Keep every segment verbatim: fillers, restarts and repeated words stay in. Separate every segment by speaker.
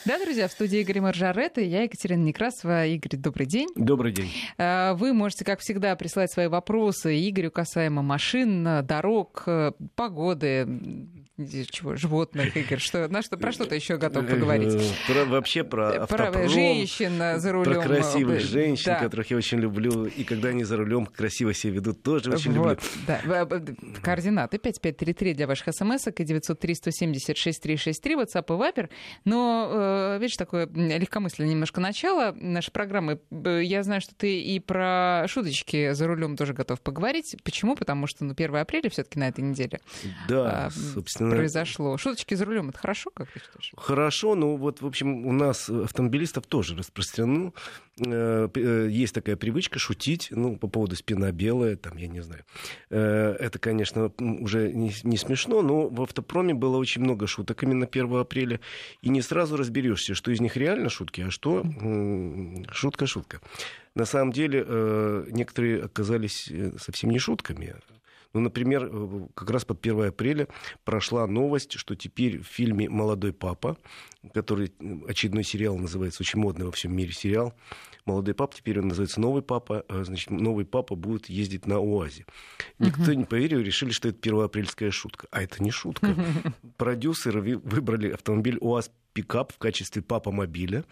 Speaker 1: Да, друзья, в студии Игорь Маржарет и я, Екатерина Некрасова. Игорь, добрый день.
Speaker 2: Добрый день.
Speaker 1: Вы можете, как всегда, присылать свои вопросы Игорю касаемо машин, дорог, погоды, чего, животных, Игорь. Что, на что, про что-то еще готов поговорить?
Speaker 2: Про, вообще про автопром.
Speaker 1: Про женщин за рулем.
Speaker 2: Про красивых женщин,
Speaker 1: да.
Speaker 2: которых я очень люблю. И когда они за рулем красиво себя ведут, тоже очень
Speaker 1: вот,
Speaker 2: люблю.
Speaker 1: Да. Координаты пять пять три три для ваших смс-ок и девять ноль три сто семьдесят шесть триста шестьдесят три, WhatsApp и Viber. Но, видишь, такое легкомысленное немножко начало нашей программы. Я знаю, что ты и про шуточки за рулем тоже готов поговорить. Почему? Потому что ну, первое апреля все-таки на этой неделе
Speaker 2: да,
Speaker 1: а,
Speaker 2: собственно...
Speaker 1: произошло. Шуточки за рулем — это хорошо, как ты считаешь?
Speaker 2: Хорошо, ну вот, в общем, у нас автомобилистов тоже распространено. Есть такая привычка шутить, ну, по поводу спина белая, там, я не знаю. Это, конечно, уже не, не смешно, но в автопроме было очень много шуток именно первого апреля, и не сразу разберешься, что из них реально шутки, а что шутка-шутка. На самом деле, некоторые оказались совсем не шутками. Ну, например, как раз под первое апреля прошла новость, что теперь в фильме «Молодой папа», который очередной сериал называется, очень модный во всем мире сериал, «Молодой папа», теперь он называется «Новый папа», значит, новый папа будет ездить на УАЗе. Никто uh-huh. не поверил, решили, что это первоапрельская шутка. А это не шутка. Продюсеры выбрали автомобиль УАЗ пикап в качестве папа-мобиля,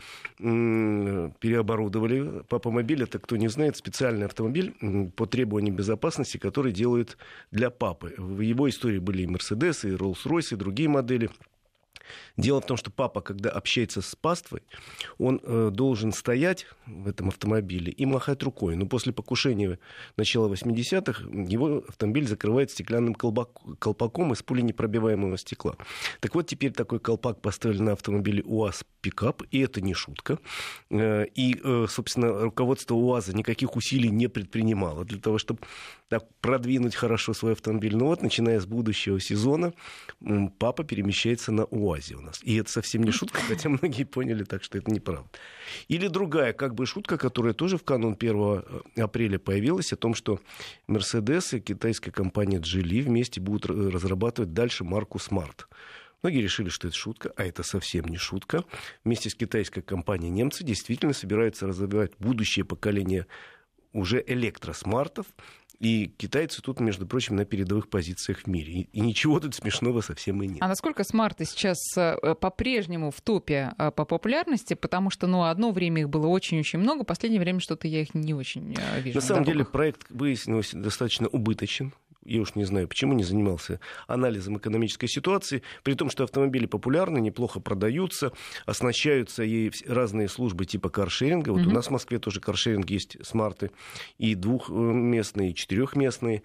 Speaker 2: переоборудовали. Папа-мобиль — это, кто не знает, специальный автомобиль по требованиям безопасности, который делают для папы. В его истории были и Мерседес, и Роллс-Ройс, и другие модели. Дело в том, что папа, когда общается с паствой, он э, должен стоять в этом автомобиле и махать рукой. Но после покушения начала восьмидесятых его автомобиль закрывает стеклянным колпак, колпаком из пуленепробиваемого стекла. Так вот, теперь такой колпак поставили на автомобиле УАЗ пикап, и это не шутка. Э, и, э, собственно, руководство УАЗа никаких усилий не предпринимало для того, чтобы так продвинуть хорошо свой автомобиль. Но вот, начиная с будущего сезона, папа перемещается на УАЗе у нас. И это совсем не шутка, хотя многие поняли так, что это неправда. Или другая, как бы, шутка, которая тоже в канун первого апреля появилась, о том, что Мерседес и китайская компания Geely вместе будут разрабатывать дальше марку Smart. Многие решили, что это шутка, а это совсем не шутка. Вместе с китайской компанией немцы действительно собираются развивать будущее поколение уже электросмартов. И китайцы тут, между прочим, на передовых позициях в мире. И, и ничего тут смешного совсем и нет.
Speaker 1: А насколько смарты сейчас по-прежнему в топе по популярности? Потому что, ну, одно время их было очень-очень много, в последнее время что-то я их не очень вижу.
Speaker 2: На самом деле проект, выяснилось, достаточно убыточен. Я уж не знаю, почему не занимался анализом экономической ситуации, при том, что автомобили популярны, неплохо продаются, оснащаются ей разные службы типа каршеринга. Вот mm-hmm. у нас в Москве тоже каршеринг есть, смарты, и двухместные, и четырехместные.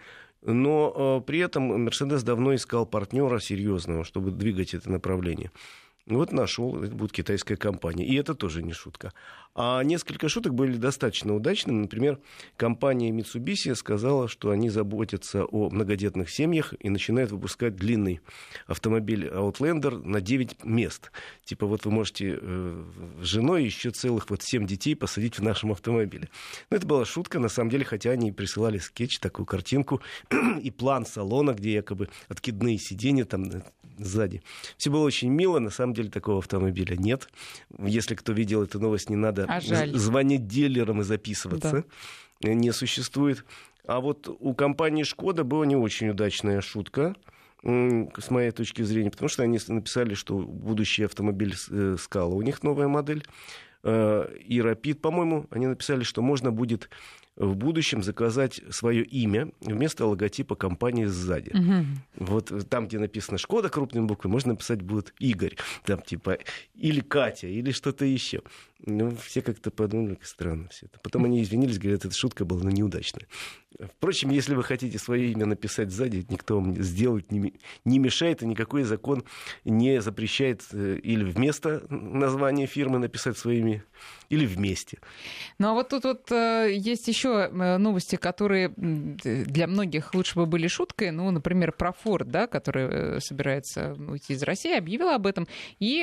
Speaker 2: Но э, при этом Мерседес давно искал партнера серьезного, чтобы двигать это направление. Вот нашел, это будет китайская компания. И это тоже не шутка. А несколько шуток были достаточно удачными. Например, компания Mitsubishi сказала, что они заботятся о многодетных семьях и начинают выпускать длинный автомобиль Outlander на девять мест. Типа вот вы можете э, с женой еще целых вот семь детей посадить в нашем автомобиле. Но это была шутка, на самом деле, хотя они присылали скетч, такую картинку и план салона, где якобы откидные сиденья там сзади. Все было очень мило, на самом деле такого автомобиля нет. Если кто видел эту новость, не надо а звонить дилерам и записываться. Да. Не существует. А вот у компании «Шкода» была не очень удачная шутка, с моей точки зрения, потому что они написали, что будущий автомобиль «Скала», у них новая модель, и «Рапид», по-моему, они написали, что можно будет в будущем заказать свое имя вместо логотипа компании сзади. Угу. Вот там, где написано «Шкода» крупными буквами, можно написать будет Игорь, там типа, или Катя, или что-то еще. Ну, все как-то подумали, как странно все это. Потом они извинились, говорят, эта шутка была, но неудачная. Впрочем, если вы хотите свое имя написать сзади, никто вам сделать не, не мешает, и никакой закон не запрещает или вместо названия фирмы написать свое имя, или вместе.
Speaker 1: Ну, а вот тут вот есть еще новости, которые для многих лучше бы были шуткой. Ну, например, про Ford, да, который собирается уйти из России, объявил об этом. И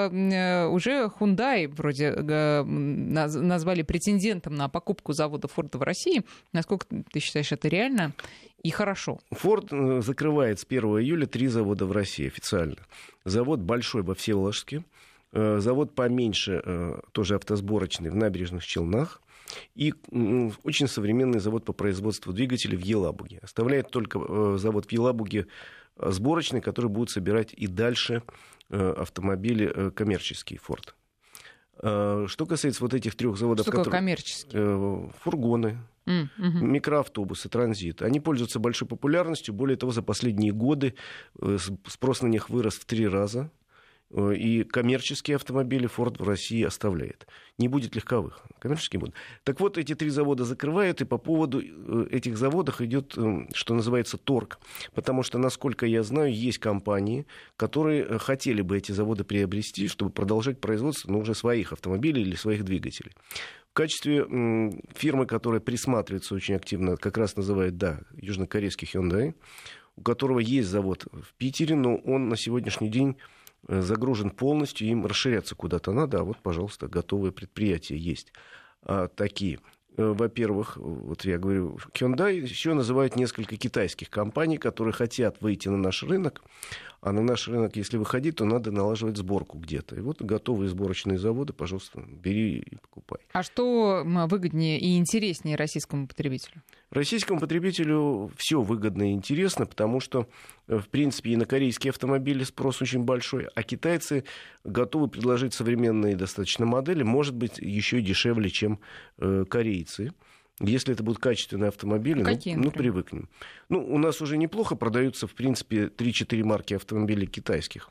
Speaker 1: э, уже Hyundai вроде э, назвали претендентом на покупку завода Ford в России. Насколько ты считаешь, это реально и хорошо?
Speaker 2: Ford закрывает с первого июля три завода в России официально. Завод большой во Всеволожске, завод поменьше, тоже автосборочный, в Набережных Челнах, и очень современный завод по производству двигателей в Елабуге. Оставляет только завод в Елабуге сборочный, который будет собирать и дальше автомобили коммерческие Ford. Что касается вот этих трех заводов,
Speaker 1: что такое
Speaker 2: которые...
Speaker 1: коммерческие?
Speaker 2: Фургоны, mm-hmm. микроавтобусы, транзит. Они пользуются большой популярностью. Более того, за последние годы спрос на них вырос в три раза. И коммерческие автомобили Ford в России оставляет. Не будет легковых, коммерческие будут. Так вот, эти три завода закрывают, и по поводу этих заводов идет, что называется, торг. Потому что, насколько я знаю, есть компании, которые хотели бы эти заводы приобрести, чтобы продолжать производство, ну, уже своих автомобилей или своих двигателей. В качестве м, фирмы, которая присматривается очень активно, как раз называют, да, южнокорейский Hyundai, у которого есть завод в Питере, но он на сегодняшний день загружен полностью, им расширяться куда-то надо, а вот, пожалуйста, готовые предприятия есть а, такие. Во-первых, вот я говорю, Hyundai еще называют несколько китайских компаний, которые хотят выйти на наш рынок, а на наш рынок, если выходить, то надо налаживать сборку где-то. И вот готовые сборочные заводы, пожалуйста, бери и покупай.
Speaker 1: А что выгоднее и интереснее российскому потребителю?
Speaker 2: Российскому потребителю все выгодно и интересно, потому что, в принципе, и на корейские автомобили спрос очень большой, а китайцы готовы предложить современные достаточно модели, может быть, еще и дешевле, чем э, корейцы. Если это будут качественные автомобили,
Speaker 1: Какие,
Speaker 2: ну, ну, привыкнем. Ну, у нас уже неплохо продаются, в принципе, три-четыре марки автомобилей китайских.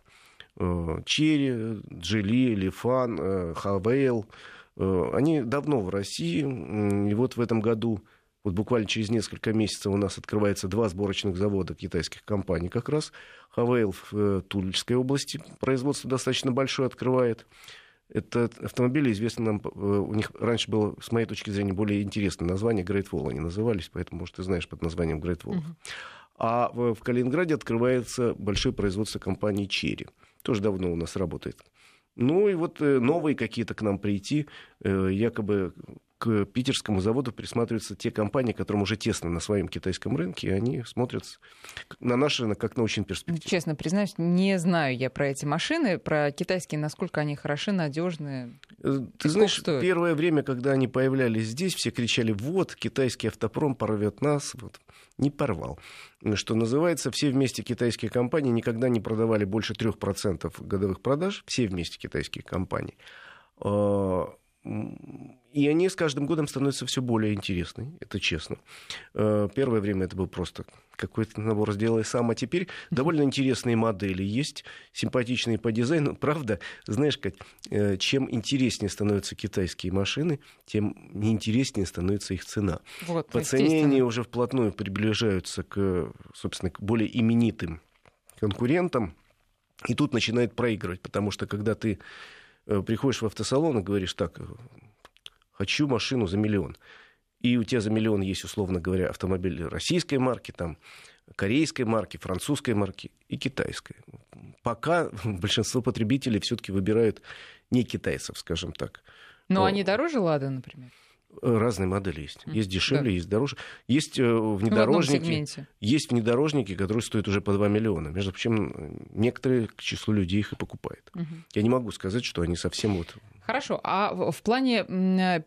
Speaker 2: Черри, Джили, Лифан, Хавейл. Они давно в России, и вот в этом году, вот буквально через несколько месяцев у нас открывается два сборочных завода китайских компаний как раз. Хавейл в Тульской области производство достаточно большое открывает. Это автомобили известны нам, у них раньше было, с моей точки зрения, более интересное название, Great Wall они назывались, поэтому, может, ты знаешь под названием Great Wall. Uh-huh. А в, в Калининграде открывается большое производство компании Черри, тоже давно у нас работает. Ну и вот новые какие-то к нам прийти, якобы к питерскому заводу присматриваются те компании, которым уже тесно на своем китайском рынке, и они смотрят на наш рынок как на очень перспективный.
Speaker 1: Честно признаюсь, не знаю я про эти машины, про китайские, насколько они хороши, надежные.
Speaker 2: Ты знаешь, стоит? Первое время, когда они появлялись здесь, все кричали: вот, китайский автопром порвет нас. Вот. Не порвал. Что называется, все вместе китайские компании никогда не продавали больше трех процентов годовых продаж, все вместе китайские компании. И они с каждым годом становятся все более интересны, это честно. Первое время это был просто какой-то набор «сделай сам», а теперь довольно интересные модели есть, симпатичные по дизайну. Правда, знаешь, как, чем интереснее становятся китайские машины, тем неинтереснее становится их цена. Вот, по цене они уже вплотную приближаются к, собственно, к более именитым конкурентам, и тут начинают проигрывать, потому что когда ты приходишь в автосалон и говоришь: так, хочу машину за миллион. И у тебя за миллион есть, условно говоря, автомобиль российской марки, там, корейской марки, французской марки и китайской. Пока большинство потребителей все-таки выбирают не китайцев, скажем так.
Speaker 1: Но они дороже «Лады», например?
Speaker 2: Разные модели есть. Есть дешевле, да. Есть дороже. Есть внедорожники, есть внедорожники, которые стоят уже по два миллиона. Между прочим, некоторые к числу людей их и покупают. Угу. Я не могу сказать, что они совсем вот...
Speaker 1: Хорошо. А в плане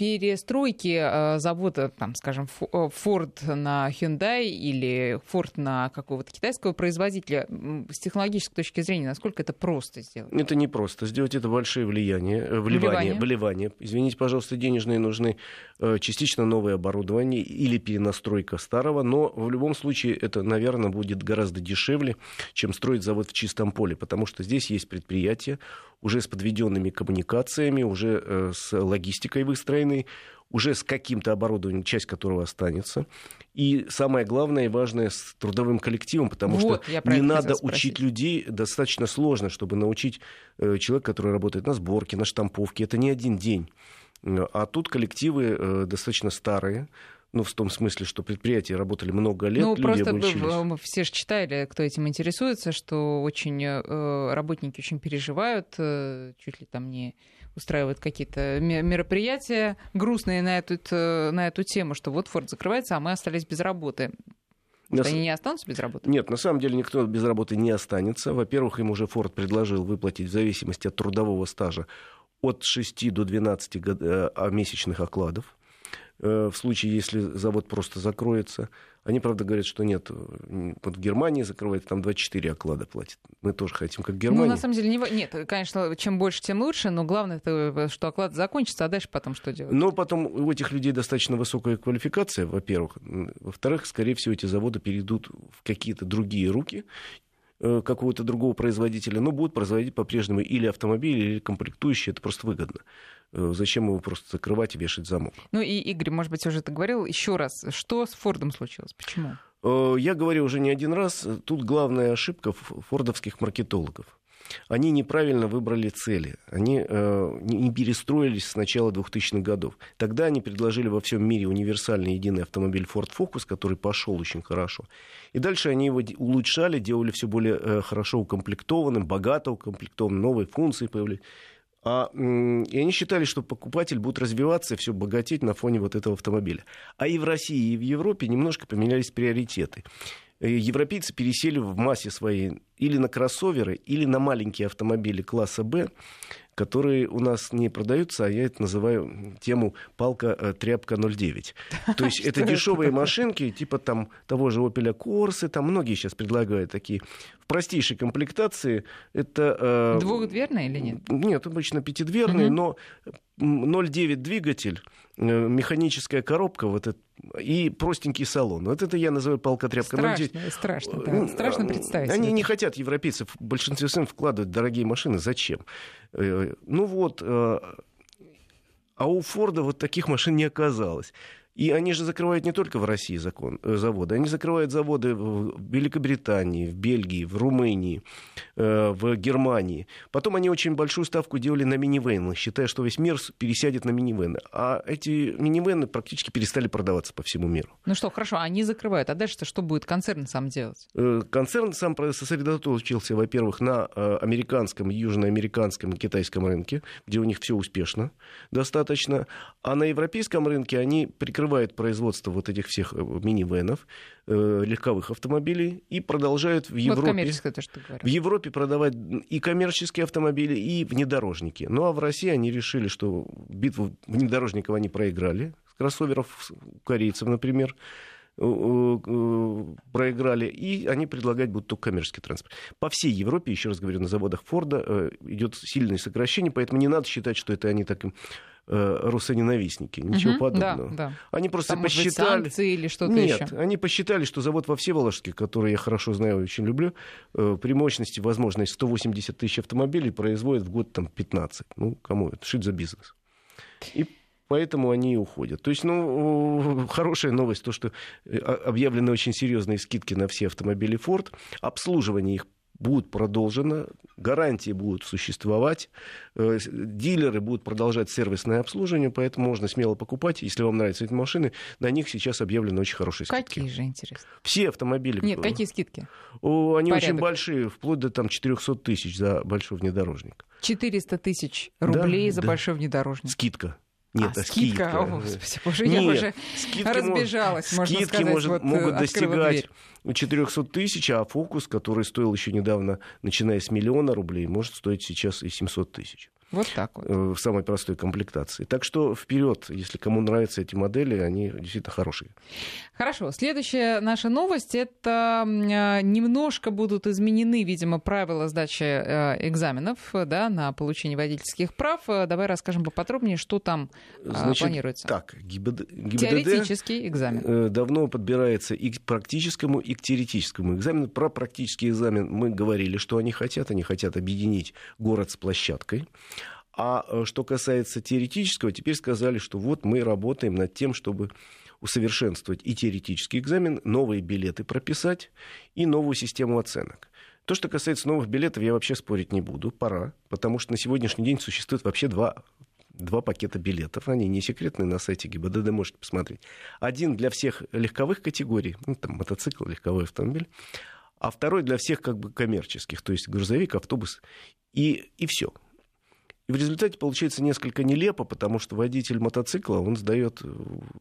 Speaker 1: перестройки завода, там, скажем, Ford на Hyundai или Ford на какого-то китайского производителя, с технологической точки зрения, насколько это просто сделать?
Speaker 2: Это не просто сделать, это большое влияние, вливание, вливание. Извините, пожалуйста, денежные нужны, частично новое оборудование или перенастройка старого, но в любом случае это, наверное, будет гораздо дешевле, чем строить завод в чистом поле, потому что здесь есть предприятия уже с подведенными коммуникациями, уже с логистикой выстроенной, уже с каким-то оборудованием, часть которого останется. И самое главное и важное, с трудовым коллективом, потому вот, что не надо учить людей, достаточно сложно, чтобы научить человека, который работает на сборке, на штамповке. Это не один день. А тут коллективы достаточно старые. Ну, в том смысле, что предприятия работали много лет,
Speaker 1: ну,
Speaker 2: люди
Speaker 1: просто
Speaker 2: обучились.
Speaker 1: Мы все же читали, кто этим интересуется, что очень работники очень переживают, чуть ли там не устраивают какие-то мероприятия грустные на эту, на эту тему, что вот Форд закрывается, а мы остались без работы. Может,
Speaker 2: На...
Speaker 1: они не останутся без работы?
Speaker 2: Нет, на самом деле никто без работы не останется. Во-первых, им уже Ford предложил выплатить в зависимости от трудового стажа от шести до двенадцати месячных окладов. В случае, если завод просто закроется. Они, правда, говорят, что нет. Вот в Германии закрывают, там двадцать четыре оклада платят. Мы тоже хотим, как Германия.
Speaker 1: Ну, на самом деле, не... нет, конечно, чем больше, тем лучше, но главное, что оклад закончится, а дальше потом что делать?
Speaker 2: Но потом у этих людей достаточно высокая квалификация, во-первых. Во-вторых, скорее всего, эти заводы перейдут в какие-то другие руки какого-то другого производителя, но будут производить по-прежнему или автомобили, или комплектующие. Это просто выгодно. Зачем его просто закрывать и вешать замок?
Speaker 1: Ну и, Игорь, может быть, уже ты говорил еще раз, что с Фордом случилось? Почему?
Speaker 2: Я говорил уже не один раз. Тут главная ошибка фордовских маркетологов. Они неправильно выбрали цели. Они э, не перестроились с начала двухтысячных годов. Тогда они предложили во всем мире универсальный единый автомобиль Ford Focus, который пошел очень хорошо. И дальше они его улучшали, делали все более э, хорошо укомплектованным, богато укомплектованным, новые функции появились. А, и они считали, что покупатель будет развиваться и все богатеть на фоне вот этого автомобиля. А и в России, и в Европе немножко поменялись приоритеты. Европейцы пересели в массе своей или на кроссоверы, или на маленькие автомобили класса «Б», которые у нас не продаются, а я это называю тему «палка-тряпка ноль девять». То есть это дешевые машинки, типа там того же «Опеля Корсы», там многие сейчас предлагают такие в простейшей комплектации. Это...
Speaker 1: Двухдверные или нет?
Speaker 2: Нет, обычно пятидверные, но ноль девять двигатель, механическая коробка, вот это, и простенький салон. Вот это я называю палка-тряпка.
Speaker 1: Страшно, страшно, да. Страшно представить.
Speaker 2: Они
Speaker 1: это.
Speaker 2: не хотят, европейцы, в большинстве своем вкладывать дорогие машины. Зачем? Ну вот, а у Форда вот таких машин не оказалось. И они же закрывают не только в России закон, э, заводы, они закрывают заводы в Великобритании, в Бельгии, в Румынии, э, в Германии. Потом они очень большую ставку делали на минивэны, считая, что весь мир пересядет на минивэны. А эти минивэны практически перестали продаваться по всему миру.
Speaker 1: Ну что, хорошо, они закрывают. А дальше-то что будет концерн сам делать?
Speaker 2: Э, концерн сам сосредоточился, во-первых, на э, американском, южноамериканском и китайском рынке, где у них все успешно достаточно. А на европейском рынке они прикрывают производство вот этих всех минивэнов, э, легковых автомобилей и продолжают в Европе,
Speaker 1: вот коммерческое, то, что ты говоришь.
Speaker 2: В Европе продавать и коммерческие автомобили, и внедорожники. Ну а в России они решили, что битву внедорожников они проиграли, с кроссоверов корейцев, например, проиграли, и они предлагать будут только коммерческий транспорт. По всей Европе, еще раз говорю, на заводах Форда идет сильное сокращение, поэтому не надо считать, что это они так руссоненавистники, ничего угу, подобного.
Speaker 1: Да, да.
Speaker 2: Они просто
Speaker 1: там,
Speaker 2: посчитали...
Speaker 1: Может быть, санкции или что-то
Speaker 2: Нет,
Speaker 1: еще? Они
Speaker 2: посчитали, что завод во Всеволожске, который я хорошо знаю и очень люблю, при мощности, возможно, сто восемьдесят тысяч автомобилей производит в год там, пятнадцать. Ну, кому это? Что это за бизнес? И поэтому они и уходят. То есть, ну, хорошая новость, то, что объявлены очень серьезные скидки на все автомобили Ford, обслуживание их будет продолжено, гарантии будут существовать, дилеры будут продолжать сервисное обслуживание, поэтому можно смело покупать. Если вам нравятся эти машины, на них сейчас объявлены очень хорошие скидки.
Speaker 1: Какие же, интересно?
Speaker 2: Все автомобили.
Speaker 1: Нет, какие скидки?
Speaker 2: О, они
Speaker 1: Порядок.
Speaker 2: очень большие, вплоть до там, четыреста тысяч за большой внедорожник.
Speaker 1: четыреста тысяч рублей
Speaker 2: да,
Speaker 1: за
Speaker 2: да.
Speaker 1: большой внедорожник.
Speaker 2: Скидка. Нет,
Speaker 1: а,
Speaker 2: а
Speaker 1: скидка.
Speaker 2: скидка.
Speaker 1: О, Господи, боже,
Speaker 2: Нет,
Speaker 1: я уже разбежалась,
Speaker 2: мож...
Speaker 1: можно
Speaker 2: скидки
Speaker 1: сказать.
Speaker 2: может,
Speaker 1: вот,
Speaker 2: могут достигать
Speaker 1: дверь.
Speaker 2: четыреста тысяч, а Фокус, который стоил еще недавно, начиная с миллиона рублей, может стоить сейчас и семьсот тысяч.
Speaker 1: Вот так вот.
Speaker 2: В самой простой комплектации. Так что вперед, если кому нравятся эти модели, они действительно хорошие.
Speaker 1: Хорошо. Следующая наша новость. Это немножко будут изменены, видимо, правила сдачи экзаменов, да, на получение водительских прав. Давай расскажем поподробнее, что там
Speaker 2: Значит,
Speaker 1: планируется.
Speaker 2: Так, ГИБДД, ГИБДД
Speaker 1: теоретический экзамен.
Speaker 2: Давно подбирается и к практическому, и к теоретическому экзамену. Про практический экзамен мы говорили, что они хотят. Они хотят объединить город с площадкой. А что касается теоретического, теперь сказали, что вот мы работаем над тем, чтобы усовершенствовать и теоретический экзамен, новые билеты прописать и новую систему оценок. То, что касается новых билетов, я вообще спорить не буду, пора, потому что на сегодняшний день существует вообще два, два пакета билетов, они не секретные, на сайте ГИБДД можете посмотреть. Один для всех легковых категорий, ну, там мотоцикл, легковой автомобиль, а второй для всех как бы коммерческих, то есть грузовик, автобус и, и все. И в результате получается несколько нелепо, потому что водитель мотоцикла, он сдает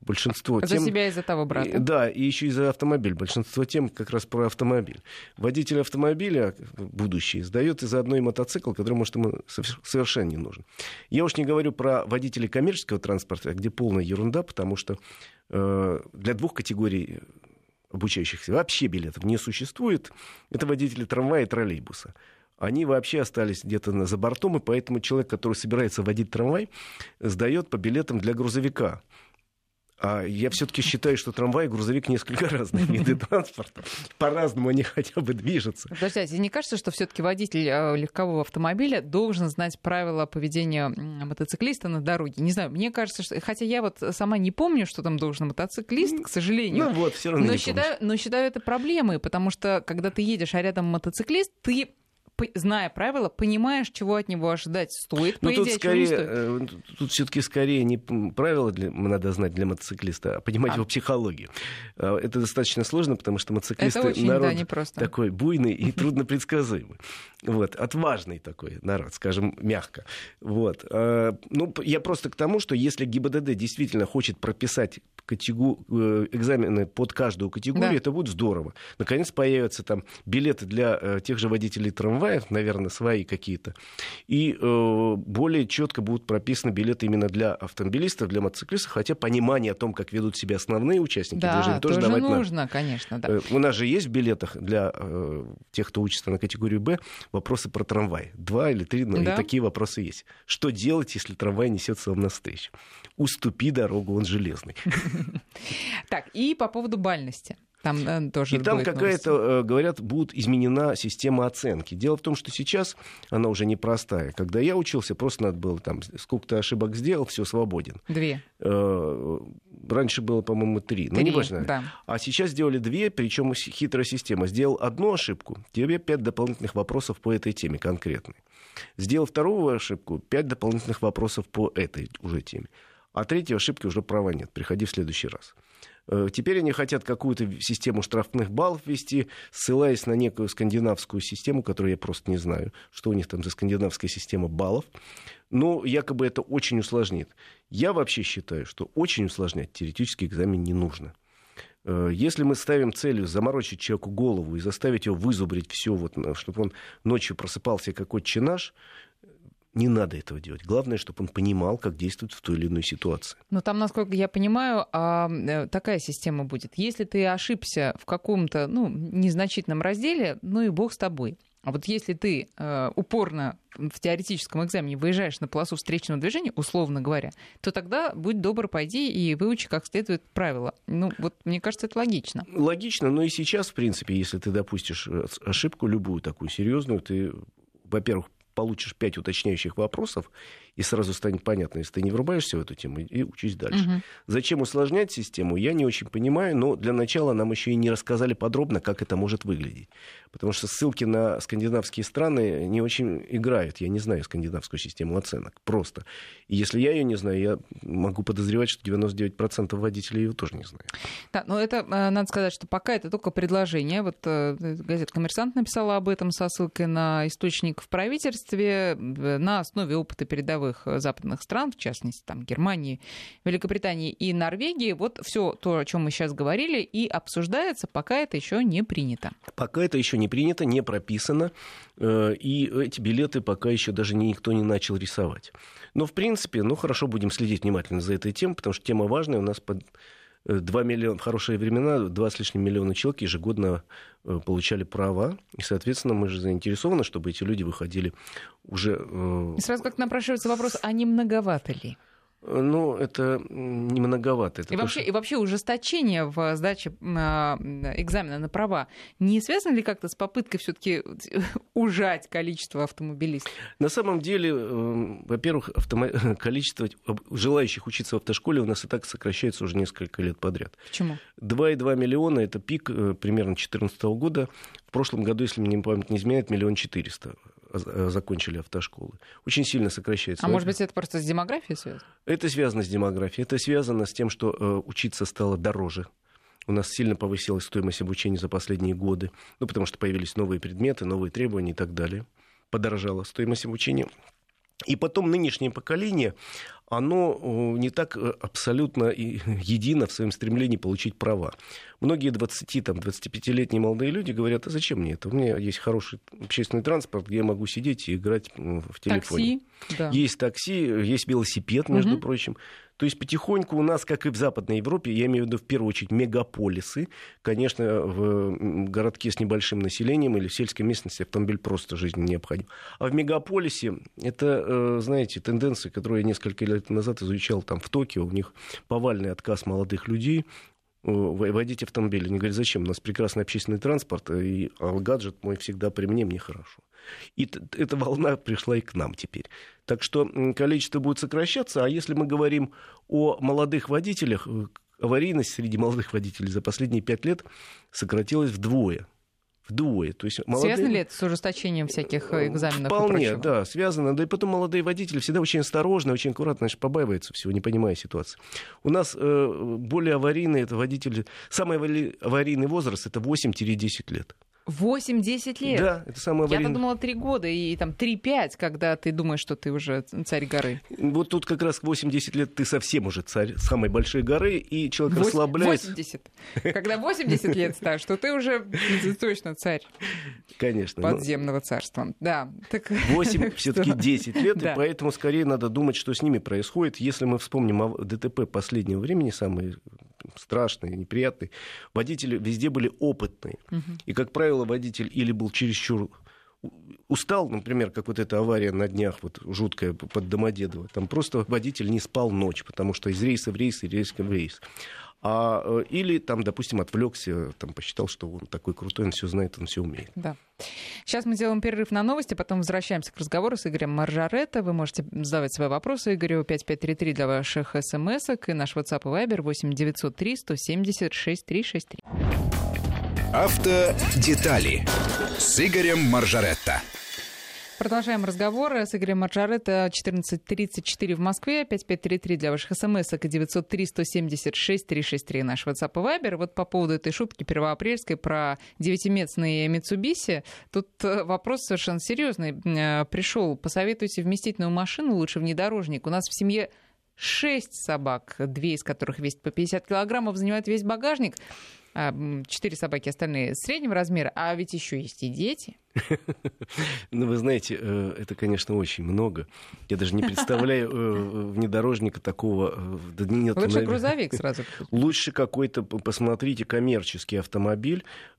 Speaker 2: большинство
Speaker 1: за
Speaker 2: тем...
Speaker 1: За себя и за того брата.
Speaker 2: Да, и еще и за автомобиль. Большинство тем как раз про автомобиль. Водитель автомобиля, будущий, сдает из-за одной мотоцикл, который, может, ему совершенно не нужен. Я уж не говорю про водителей коммерческого транспорта, где полная ерунда, потому что э, для двух категорий обучающихся вообще билетов не существует. Это водители трамвая и троллейбуса. Они вообще остались где-то за бортом, и поэтому человек, который собирается водить трамвай, сдает по билетам для грузовика. А я все-таки считаю, что трамвай и грузовик несколько разные виды транспорта. По-разному они хотя бы движутся.
Speaker 1: Подождите, не кажется, что все-таки водитель легкового автомобиля должен знать правила поведения мотоциклиста на дороге? Не знаю, мне кажется, что... Хотя я вот сама не помню, что там должен мотоциклист, к сожалению.
Speaker 2: Ну вот, все равно
Speaker 1: но
Speaker 2: не
Speaker 1: считаю, но считаю это проблемой, потому что, когда ты едешь, а рядом мотоциклист, ты... зная правила, понимаешь, чего от него ожидать стоит, по
Speaker 2: ну,
Speaker 1: идее,
Speaker 2: тут,
Speaker 1: чего не стоит.
Speaker 2: скорее, тут все-таки скорее не правила для, надо знать для мотоциклиста, а понимать а. его психологию. Это достаточно сложно, потому что мотоциклисты очень, народ да, такой буйный и труднопредсказуемый. Вот, отважный такой народ, скажем, мягко. Вот. Ну, я просто к тому, что если ГИБДД действительно хочет прописать категу... экзамены под каждую категорию, да. это будет здорово. Наконец появятся там билеты для тех же водителей трамваев, наверное, свои какие-то. И э, более четко будут прописаны билеты именно для автомобилистов, для мотоциклистов, хотя понимание о том, как ведут себя основные участники
Speaker 1: да,
Speaker 2: движения, тоже,
Speaker 1: тоже
Speaker 2: давать
Speaker 1: нужно,
Speaker 2: надо.
Speaker 1: Конечно, да.
Speaker 2: Э, у нас же есть в билетах для э, тех, кто учится на категорию Б, вопросы про трамвай. Два или три, но да. и такие вопросы есть. Что делать, если трамвай несется вам навстречу? Уступи дорогу, он железный.
Speaker 1: Так, и по поводу бальности. Там тоже
Speaker 2: и там какая-то, говорят, будет изменена система оценки. Дело в том, что сейчас она уже непростая. Когда я учился, просто надо было там сколько-то ошибок сделал, все, свободен.
Speaker 1: Две.
Speaker 2: Раньше было, по-моему, три.
Speaker 1: три
Speaker 2: ну, не важно.
Speaker 1: Да.
Speaker 2: А сейчас сделали две, причем хитрая система. Сделал одну ошибку, тебе пять дополнительных вопросов по этой теме конкретной. Сделал вторую ошибку, пять дополнительных вопросов по этой уже теме. А третьей ошибки уже права нет. Приходи в следующий раз. Теперь они хотят какую-то систему штрафных баллов ввести, ссылаясь на некую скандинавскую систему, которую я просто не знаю, что у них там за скандинавская система баллов. Но якобы это очень усложнит. Я вообще считаю, что очень усложнять теоретический экзамен не нужно. Если мы ставим целью заморочить человеку голову и заставить его вызубрить все, вот, чтобы он ночью просыпался как отче наш, не надо этого делать. Главное, чтобы он понимал, как действовать в той или иной ситуации.
Speaker 1: Но там, насколько я понимаю, такая система будет. Если ты ошибся в каком-то ну, незначительном разделе, ну и бог с тобой. А вот если ты э, упорно в теоретическом экзамене выезжаешь на полосу встречного движения, условно говоря, то тогда будь добр, пойди и выучи как следует правила. Ну, вот мне кажется, это логично.
Speaker 2: Логично, но и сейчас, в принципе, если ты допустишь ошибку, любую такую серьезную, ты, во-первых, получишь пять уточняющих вопросов, и сразу станет понятно, если ты не врубаешься в эту тему, и учись дальше. Угу. Зачем усложнять систему, я не очень понимаю, но для начала нам еще и не рассказали подробно, как это может выглядеть. Потому что ссылки на скандинавские страны не очень играют. Я не знаю скандинавскую систему оценок. Просто. И если я ее не знаю, я могу подозревать, что девяносто девять процентов водителей ее тоже не знают.
Speaker 1: Да, но это, надо сказать, что пока это только предложение. Вот газета «Коммерсант» написала об этом со ссылкой на источник в правительстве на основе опыта передовых западных стран, в частности, там, Германии, Великобритании и Норвегии. Вот все то, о чем мы сейчас говорили, и обсуждается, пока это еще не принято.
Speaker 2: Пока это еще не принято, не прописано, и эти билеты пока еще даже никто не начал рисовать. Но, в принципе, ну, хорошо, будем следить внимательно за этой темой, потому что тема важная. У нас под два миллиона, в хорошие времена, два с лишним миллиона человек ежегодно получали права, и, соответственно, мы же заинтересованы, чтобы эти люди выходили уже...
Speaker 1: И сразу как напрашивается вопрос, а не многовато ли?
Speaker 2: Ну, это не многовато. Это
Speaker 1: и, вообще, что... и вообще ужесточение в сдаче экзамена на права не связано ли как-то с попыткой все-таки ужать количество автомобилистов?
Speaker 2: На самом деле, во-первых, автомо... количество желающих учиться в автошколе у нас и так сокращается уже несколько лет подряд.
Speaker 1: Почему?
Speaker 2: два и два миллиона – это пик примерно две тысячи четырнадцатого года. В прошлом году, если мне память не изменяет, миллион четыреста закончили автошколы. Очень сильно сокращается.
Speaker 1: А может быть, это просто с демографией связано?
Speaker 2: Это связано с демографией. Это связано с тем, что э, учиться стало дороже. У нас сильно повысилась стоимость обучения за последние годы. Ну, потому что появились новые предметы, новые требования и так далее. Подорожала стоимость обучения. И потом нынешнее поколение, оно не так абсолютно едино в своем стремлении получить права. Многие двадцати-двадцатипятилетние молодые люди говорят, а зачем мне это? У меня есть хороший общественный транспорт, где я могу сидеть и играть в телефоне.
Speaker 1: Такси, да.
Speaker 2: Есть такси, есть велосипед, между угу. прочим. То есть потихоньку у нас, как и в Западной Европе, я имею в виду в первую очередь мегаполисы, конечно, в городке с небольшим населением или в сельской местности автомобиль просто жизненно необходим. А в мегаполисе это, знаете, тенденция, которую я несколько лет назад изучал там в Токио, у них повальный отказ молодых людей водить автомобиль. Они говорят, зачем? У нас прекрасный общественный транспорт, и а гаджет мой всегда при мне, мне хорошо. И эта волна пришла и к нам теперь. Так что количество будет сокращаться. А если мы говорим о молодых водителях, аварийность среди молодых водителей за последние пять лет сократилась вдвое. Вдвое. То есть молодые...
Speaker 1: Связано ли это с ужесточением всяких экзаменов?
Speaker 2: Вполне,
Speaker 1: и прочего?
Speaker 2: Да, связано. Да и потом молодые водители всегда очень осторожны, очень аккуратно, значит, побаиваются всего, не понимая ситуации. У нас э, более аварийные это водители... Самый аварийный возраст это восемь-десять лет.
Speaker 1: восемь-десять лет? Да,
Speaker 2: это самое аварийное.
Speaker 1: Я-то думала три года и там три-пять, когда ты думаешь, что ты уже царь горы.
Speaker 2: Вот тут как раз восемь-десять лет ты совсем уже царь самой большой горы, и человек восемь, расслабляется.
Speaker 1: восемьдесят. Когда восемьдесят лет стаж, то ты уже точно царь.
Speaker 2: Конечно.
Speaker 1: Подземного царства. Да.
Speaker 2: восемь, все-таки десять лет, и поэтому скорее надо думать, что с ними происходит. Если мы вспомним о ДТП последнего времени, самые страшные, неприятные, водители везде были опытные. И, как правило, водитель или был чересчур устал, например, как вот эта авария на днях, вот жуткая под Домодедово, там просто водитель не спал ночь, потому что из рейса в рейс, из рейса в рейс. А, или там, допустим, отвлекся, там, посчитал, что он такой крутой, он все знает, он все умеет.
Speaker 1: Да. Сейчас мы делаем перерыв на новости, потом возвращаемся к разговору с Игорем Маржаретто. Вы можете задавать свои вопросы Игорю пять пять три три для ваших смс-ок и наш WhatsApp и Viber восемь девятьсот три сто семьдесят шесть триста шестьдесят три.
Speaker 3: Автодетали с Игорем Маржаретто.
Speaker 1: Продолжаем разговор с Игорем Маржаретто. четырнадцать тридцать четыре в Москве, пять пять три три для ваших смс-ок и девятьсот три сто семьдесят шесть триста шестьдесят три наш WhatsApp и Viber. Вот по поводу этой шутки первоапрельской про девятиместный Mitsubishi. Тут вопрос совершенно серьезный пришел. Посоветуйте вместительную машину, лучше внедорожник. У нас в семье шесть собак, две из которых весят по пятьдесят килограммов, занимают весь багажник. Четыре собаки, остальные среднего размера, а ведь еще есть и дети.
Speaker 2: Ну, вы знаете, это, конечно, очень много. Я даже не представляю внедорожника такого.
Speaker 1: Лучше грузовик сразу.
Speaker 2: Лучше какой-то, посмотрите, коммерческий автомобиль.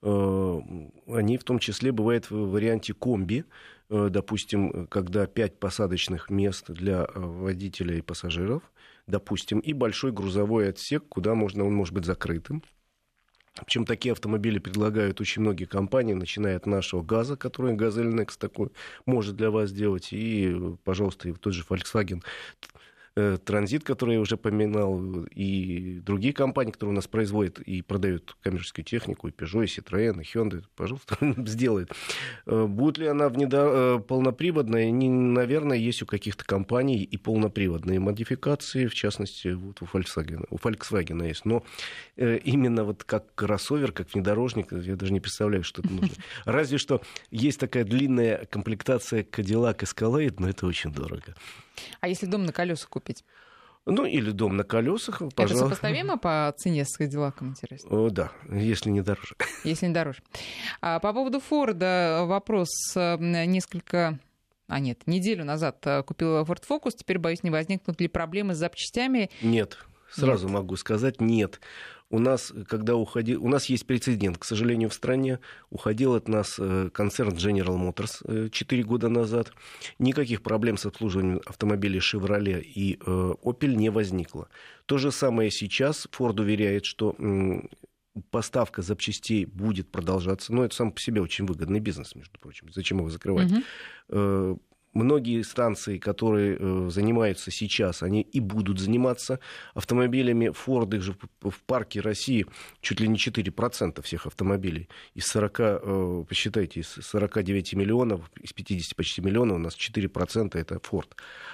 Speaker 2: Они в том числе бывают в варианте комби. Допустим, когда пять посадочных мест для водителя и пассажиров, допустим, и большой грузовой отсек, куда можно, он может быть закрытым. Причем такие автомобили предлагают очень многие компании, начиная от нашего ГАЗа, который Газель Next такой может для вас сделать, и, пожалуйста, и тот же Volkswagen Транзит, который я уже поминал, и другие компании, которые у нас производят и продают коммерческую технику, и Peugeot, и Citroёn, и Hyundai, пожалуйста, сделает. Будет ли она внедор... полноприводная? Не, наверное, есть у каких-то компаний и полноприводные модификации, в частности, вот у Volkswagen, у Volkswagen есть. Но именно вот как кроссовер, как внедорожник, я даже не представляю, что это нужно. Разве что есть такая длинная комплектация Cadillac Escalade, но это очень дорого.
Speaker 1: А если дом на колесах купить?
Speaker 2: Ну, или дом на колесах, пожалуйста.
Speaker 1: Это сопоставимо по цене с Кадиллаком, интересно?
Speaker 2: О, да, если не дороже.
Speaker 1: Если не дороже. А по поводу Форда вопрос несколько... А нет, неделю назад купила Ford Focus, теперь, боюсь, не возникнут ли проблемы с запчастями?
Speaker 2: Нет, сразу нет. Могу сказать, нет. У нас, когда уходил, у нас есть прецедент, к сожалению, в стране. Уходил от нас концерн General Motors четыре года назад. Никаких проблем с обслуживанием автомобилей Chevrolet и Opel не возникло. То же самое сейчас. Ford уверяет, что поставка запчастей будет продолжаться. Но это сам по себе очень выгодный бизнес, между прочим. Зачем его закрывать? Угу. Многие станции, которые э, занимаются сейчас, они и будут заниматься автомобилями Ford. Их же в, в парке России чуть ли не четыре процента всех автомобилей. Из сорока, э, посчитайте, из сорока девяти миллионов, из пятидесяти почти миллионов у нас четыре процента это Ford.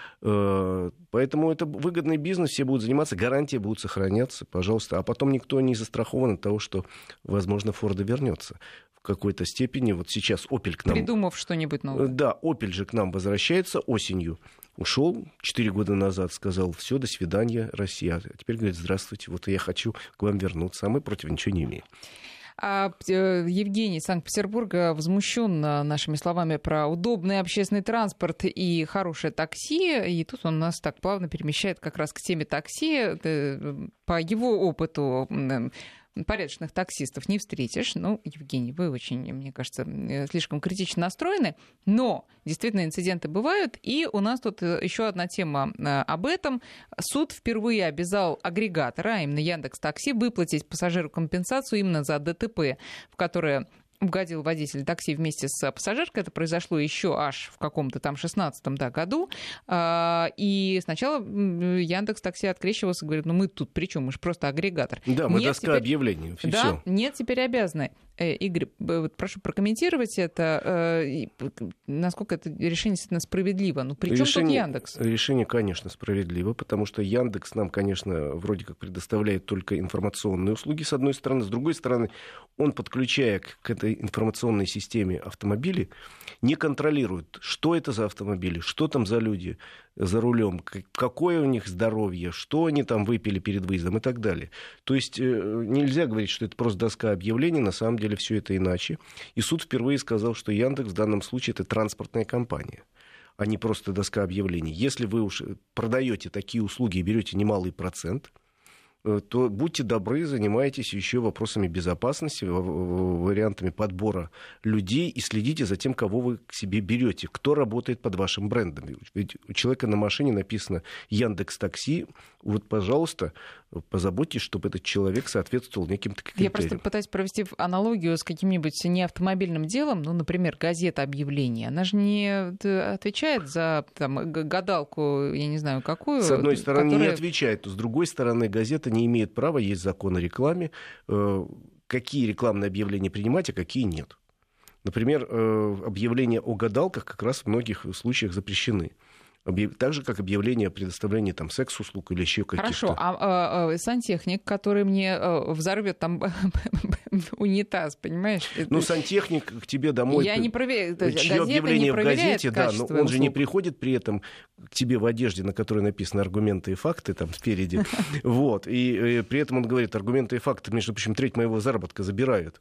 Speaker 2: Э, поэтому это выгодный бизнес, все будут заниматься, гарантии будут сохраняться, пожалуйста. А потом никто не застрахован от того, что, возможно, Ford вернется. В какой-то степени. Вот сейчас Opel к нам...
Speaker 1: Придумав что-нибудь новое.
Speaker 2: Да, Opel же к нам возвращается осенью. ушел четыре года назад, сказал: все, до свидания, Россия. А теперь говорит: здравствуйте, вот я хочу к вам вернуться, а мы против ничего не имеем.
Speaker 1: А Евгений из Санкт-Петербурга возмущен нашими словами про удобный общественный транспорт и хорошее такси. И тут он нас так плавно перемещает как раз к теме такси. По его опыту порядочных таксистов не встретишь. Ну, Евгений, вы очень, мне кажется, слишком критично настроены. Но действительно инциденты бывают. И у нас тут еще одна тема об этом. Суд впервые обязал агрегатора, а именно Яндекс.Такси, выплатить пассажиру компенсацию именно за ДТП, в которое угодил водитель такси вместе с пассажиркой. Это произошло еще аж в каком-то там шестнадцатом да, году. И сначала Яндекс.Такси открещивался, говорит: ну мы тут при чем? Мы же просто агрегатор.
Speaker 2: Да, мы
Speaker 1: нет,
Speaker 2: доска
Speaker 1: теперь...
Speaker 2: объявлений.
Speaker 1: Да,
Speaker 2: все.
Speaker 1: Нет, теперь обязаны. Игорь, прошу прокомментировать это. Насколько это решение действительно справедливо? Ну, при чем тут Яндекс?
Speaker 2: Решение, конечно, справедливо, потому что Яндекс нам, конечно, вроде как предоставляет только информационные услуги, с одной стороны. С другой стороны, он, подключая к этой информационной системе автомобили, не контролирует, что это за автомобили, что там за люди за рулем, какое у них здоровье, что они там выпили перед выездом и так далее. То есть нельзя говорить, что это просто доска объявлений, на самом деле все это иначе. И суд впервые сказал, что Яндекс в данном случае это транспортная компания, а не просто доска объявлений. Если вы уж продаете такие услуги и берете немалый процент, то будьте добры, занимайтесь еще вопросами безопасности, вариантами подбора людей и следите за тем, кого вы к себе берете, кто работает под вашим брендом. Ведь у человека на машине написано Яндекс.Такси. Вот, пожалуйста, позаботьтесь, чтобы этот человек соответствовал неким-то критериям.
Speaker 1: Я просто пытаюсь провести аналогию с каким-нибудь не автомобильным делом, ну, например, газета объявлений. Она же не отвечает за там, гадалку, я не знаю, какую.
Speaker 2: С одной стороны,
Speaker 1: которая...
Speaker 2: не отвечает, с другой стороны, газета не имеет права, есть закон о рекламе, какие рекламные объявления принимать, а какие нет. Например, объявления о гадалках как раз в многих случаях запрещены. Так же, как объявление о предоставлении там, секс-услуг или еще каких-то.
Speaker 1: Хорошо, а, а сантехник, который мне взорвет там унитаз, понимаешь?
Speaker 2: Ну, сантехник к тебе домой...
Speaker 1: Я не проверяю.
Speaker 2: Чье объявление
Speaker 1: не
Speaker 2: в газете, да, но он
Speaker 1: услуг.
Speaker 2: же не приходит при этом к тебе в одежде, на которой написаны аргументы и факты там спереди. Вот. И, и при этом он говорит: аргументы и факты, между прочим, треть моего заработка забирают.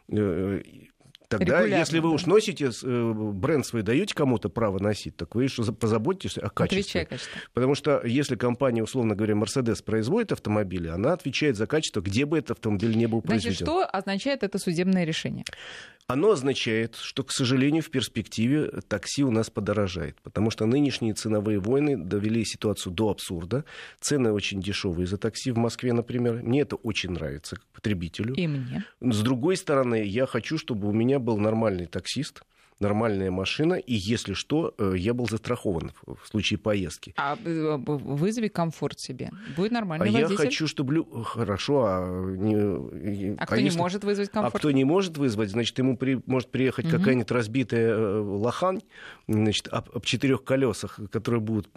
Speaker 2: Тогда, если вы уж носите бренд свой, даете кому-то право носить, так вы еще позаботьтесь о качестве. Потому что если компания, условно говоря, Mercedes производит автомобили, она отвечает за качество, где бы этот автомобиль не был произведен.
Speaker 1: Значит, что означает это судебное решение?
Speaker 2: Оно означает, что, к сожалению, в перспективе такси у нас подорожает, потому что нынешние ценовые войны довели ситуацию до абсурда. Цены очень дешевые за такси в Москве, например. Мне это очень нравится как потребителю.
Speaker 1: И мне.
Speaker 2: С другой стороны, я хочу, чтобы у меня был нормальный таксист, нормальная машина, и если что, я был застрахован в случае поездки.
Speaker 1: А вызови комфорт себе. Будет нормальный
Speaker 2: а
Speaker 1: водитель.
Speaker 2: Я хочу, чтобы... Хорошо, а... Не...
Speaker 1: А, а кто если... не может вызвать комфорт?
Speaker 2: А кто не может вызвать, значит, ему при... может приехать угу. какая-нибудь разбитая лохань, значит, об, об четырех колесах, которые будут,